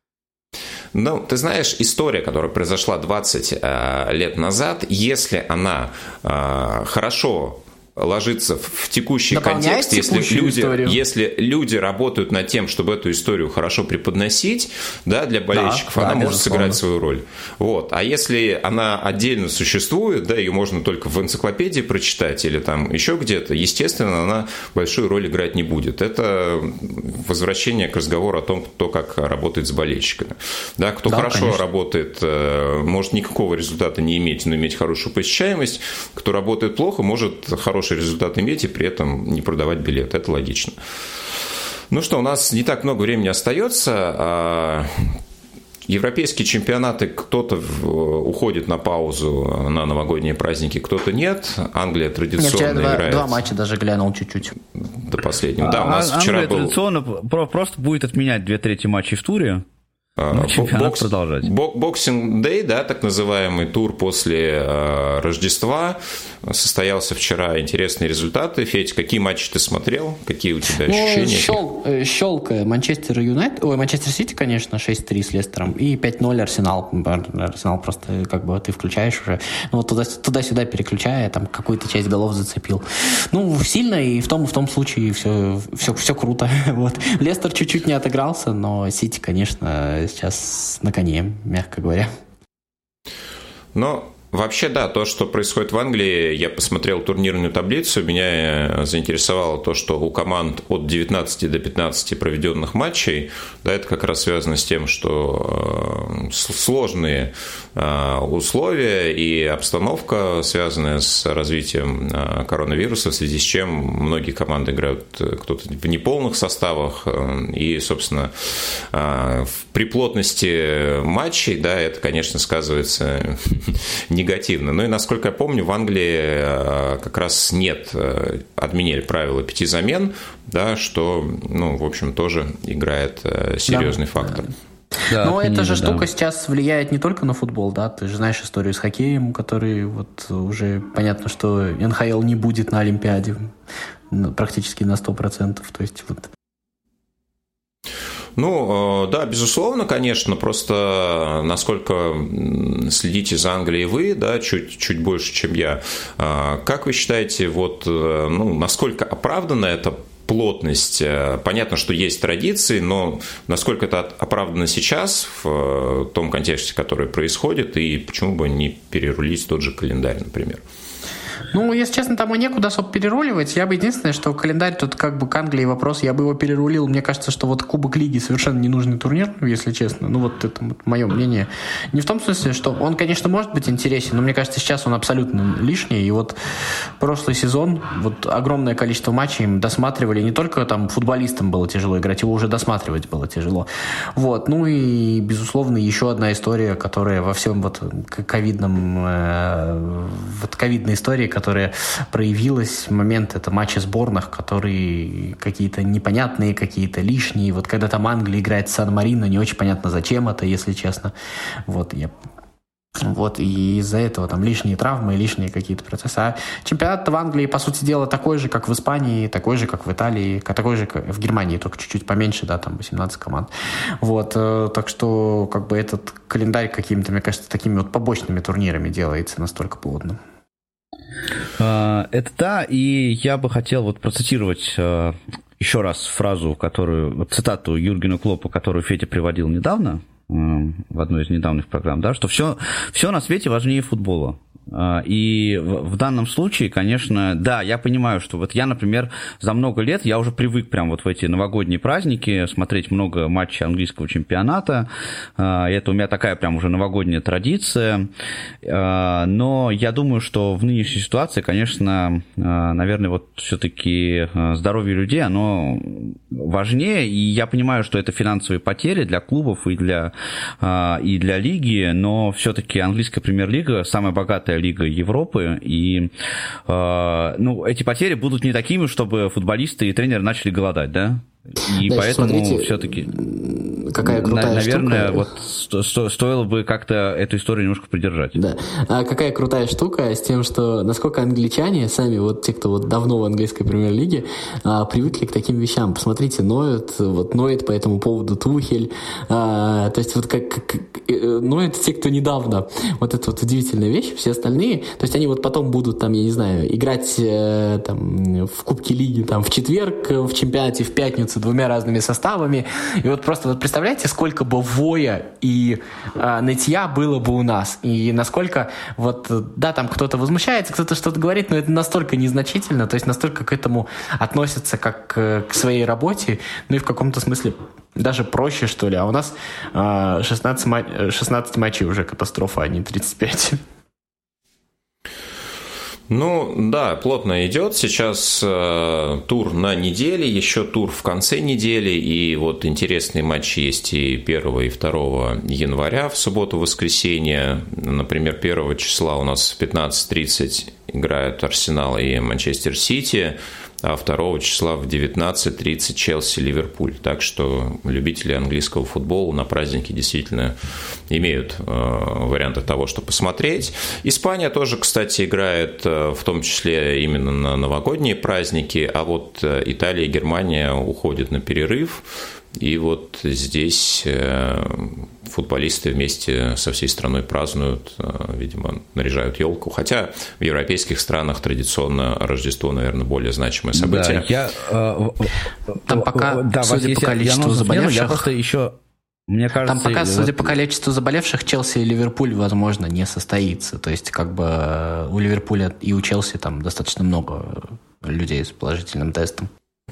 Ну, ты знаешь, история, которая произошла двадцать э, лет назад, если она э, хорошо ложится в текущий Дополняет контекст, если люди, историю. если люди работают над тем, чтобы эту историю хорошо преподносить, да, для болельщиков, да, она да, может безусловно. сыграть свою роль. Вот. А если она отдельно существует, да, ее можно только в энциклопедии прочитать или там еще где-то, естественно, она большую роль играть не будет. Это возвращение к разговору о том, кто как работает с болельщиками. Да, кто да, хорошо конечно. работает, может никакого результата не иметь, но иметь хорошую посещаемость. Кто работает плохо, может хороший результат иметь и при этом не продавать билет. Это логично. Ну что, у нас не так много времени остается. Европейские чемпионаты, кто-то уходит на паузу на новогодние праздники, кто-то нет. Англия традиционно Нет, вчера играет. Два, два матча даже глянул чуть-чуть. До последнего. Да, у нас а, вчера Англия был... традиционно просто будет отменять две трети матчей в туре. Но чемпионат Бокс, продолжать. Боксинг-дэй, да, так называемый тур после э, Рождества. Состоялся вчера, интересные результаты. Федь, какие матчи ты смотрел? Какие у тебя ощущения? Ну, щел, щелка Манчестер Юнайтед, ой, Манчестер Сити, конечно, шесть три с Лестером, и пять ноль Арсенал. Арсенал просто, как бы, ты включаешь уже, ну, вот туда, туда-сюда переключая, там, какую-то часть голов зацепил. Ну, сильно, и в том, в том случае все, все, все круто. Вот. Лестер чуть-чуть не отыгрался, но Сити, конечно, сейчас на коне, мягко говоря. Но вообще, да, то, что происходит в Англии, я посмотрел турнирную таблицу, меня заинтересовало то, что у команд от девятнадцати до пятнадцати проведенных матчей, да, это как раз связано с тем, что сложные условия и обстановка, связанная с развитием коронавируса, в связи с чем многие команды играют кто-то в неполных составах, и, собственно, при плотности матчей, да, это, конечно, сказывается негативно. Ну и, насколько я помню, в Англии как раз нет, отменили правила пяти замен, да, что, ну, в общем, тоже играет серьезный да, фактор. Да, но эта же да. штука сейчас влияет не только на футбол, да, ты же знаешь историю с хоккеем, который вот уже понятно, что эн ха эл не будет на Олимпиаде практически на сто процентов, то есть вот. Ну, да, безусловно, конечно, просто насколько следите за Англией вы, да, чуть, чуть больше, чем я, как вы считаете, вот, ну, насколько оправдана эта плотность? Понятно, что есть традиции, но насколько это оправдано сейчас в том контексте, который происходит, и почему бы не перерулить тот же календарь, например? Ну, если честно, там и некуда особо переруливать. Я бы единственное, что календарь тут как бы к Англии вопрос, я бы его перерулил. Мне кажется, что вот Кубок Лиги совершенно ненужный турнир, если честно. Ну, вот это вот мое мнение. Не в том смысле, что он, конечно, может быть интересен, но мне кажется, сейчас он абсолютно лишний. И вот прошлый сезон, вот огромное количество матчей им досматривали. Не только там футболистам было тяжело играть, его уже досматривать было тяжело. Вот. Ну и, безусловно, еще одна история, которая во всем вот ковидном, э, вот ковидной истории, которая проявилась, момент это матчи сборных, которые какие-то непонятные, какие-то лишние. Вот когда там Англия играет с Сан-Марино, не очень понятно, зачем это, если честно. Вот, я... Вот, и из-за этого там лишние травмы, лишние какие-то процессы. А чемпионат в Англии, по сути дела, такой же, как в Испании, такой же, как в Италии, такой же, как в Германии, только чуть-чуть поменьше, да, там восемнадцать команд. Вот, так что, как бы, этот календарь какими-то, мне кажется, такими вот побочными турнирами делается настолько плотным. Это да, и я бы хотел вот процитировать еще раз фразу, которую, цитату Юргена Клоппа, которую Федя приводил недавно, в одной из недавних программ, да, что все, все на свете важнее футбола. И в данном случае, конечно, да, я понимаю, что вот я, например, за много лет, я уже привык прям вот в эти новогодние праздники смотреть много матчей английского чемпионата. Это у меня такая прям уже новогодняя традиция. Но я думаю, что в нынешней ситуации, конечно, наверное, вот все-таки здоровье людей, оно важнее. И я понимаю, что это финансовые потери для клубов и для, и для лиги, но все-таки английская премьер-лига самая богатая лига Европы, и э, ну, эти потери будут не такими, чтобы футболисты и тренеры начали голодать, да? И да, поэтому смотрите, все-таки, какая крутая наверное, штука. вот сто, сто, стоило бы как-то эту историю немножко придержать. Да. А какая крутая штука с тем, что насколько англичане, сами вот те, кто вот давно в английской премьер-лиге, а, привыкли к таким вещам. Посмотрите, ноют, вот ноет по этому поводу Тухель. А, то есть вот как, как ноют те, кто недавно. Вот это вот удивительная вещь. Все остальные, то есть они вот потом будут там, я не знаю, играть э, там в Кубке Лиги там в четверг, в чемпионате в пятницу двумя разными составами. И вот просто вот представляете, сколько бы воя и э, нытья было бы у нас. И насколько вот, да, там кто-то возмущается, кто-то что-то говорит, но это настолько незначительно, то есть настолько к этому относятся как к, к своей работе, ну и в каком-то смысле даже проще, что ли. А у нас э, шестнадцать, ма- шестнадцать матчей уже катастрофа, а не тридцать пять. Ну, да, плотно идет. Сейчас э, тур на неделе, еще тур в конце недели. И вот интересные матчи есть и первого, и второго января, в субботу-воскресенье. Например, первого числа у нас в пятнадцать тридцать играют Арсенал и Манчестер Сити, а второго числа в девятнадцать тридцать Челси-Ливерпуль. Так что любители английского футбола на праздники действительно имеют э, варианты того, что посмотреть. Испания тоже, кстати, играет э, в том числе именно на новогодние праздники, а вот э, Италия и Германия уходят на перерыв. И вот здесь э, футболисты вместе со всей страной празднуют, э, видимо, наряжают елку. Хотя в европейских странах традиционно Рождество, наверное, более значимое событие. Да, я, э, Там пока, да, судя по количеству заболевших, я просто еще... Мне кажется, там пока, судя вот... по количеству заболевших, Челси и Ливерпуль, возможно, не состоится. То есть, как бы у Ливерпуля и у Челси там достаточно много людей с положительным тестом.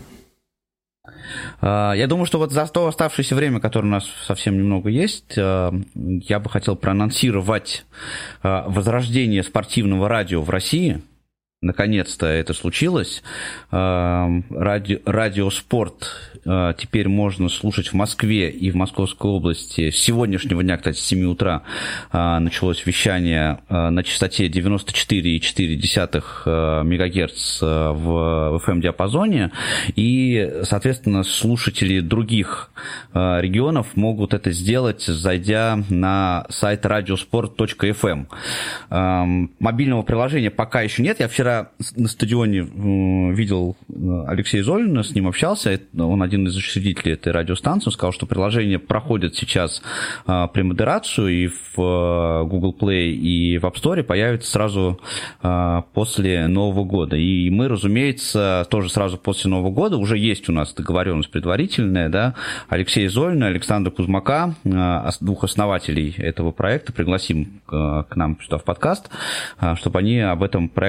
Я думаю, что вот за то оставшееся время, которое у нас совсем немного есть, я бы хотел проанонсировать возрождение спортивного радио в России. Наконец-то это случилось. Радио, радиоспорт теперь можно слушать в Москве и в Московской области. С сегодняшнего дня, кстати, с семи утра началось вещание на частоте девяносто четыре и четыре десятых мегагерц в эф эм-диапазоне. И, соответственно, слушатели других регионов могут это сделать, зайдя на сайт радиоспорт точка эф эм. Мобильного приложения пока еще нет. Я вчера на стадионе видел Алексея Золина, с ним общался. Он один из учредителей этой радиостанции. Он сказал, что приложение проходит сейчас премодерацию, и в Google Play, и в App Store появится сразу после Нового года. И мы, разумеется, тоже сразу после Нового года, уже есть у нас договоренность предварительная, да, Алексея Золина, Александра Кузмака, двух основателей этого проекта, пригласим к нам сюда в подкаст, чтобы они об этом проекте рассказали.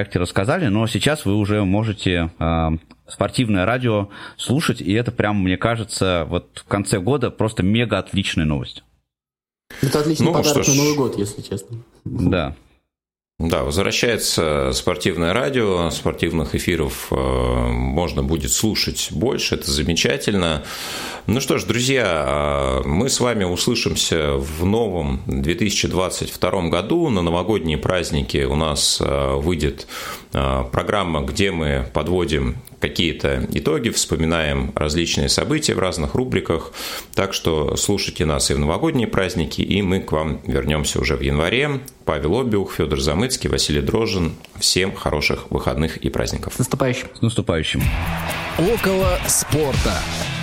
сказали, но сейчас вы уже можете э, спортивное радио слушать, и это прям, мне кажется, вот в конце года просто мега отличная новость. Это отличный ну, подарок на Новый год, если честно. Да. Да, возвращается спортивное радио, спортивных эфиров можно будет слушать больше, это замечательно. Ну что ж, друзья, мы с вами услышимся в новом две тысячи двадцать втором году. На новогодние праздники у нас выйдет программа, где мы подводим какие-то итоги, вспоминаем различные события в разных рубриках. Так что слушайте нас и в новогодние праздники, и мы к вам вернемся уже в январе. Павел Обиух, Федор Замыцкий, Василий Дрожжин. Всем хороших выходных и праздников. С наступающим. С наступающим. Около спорта.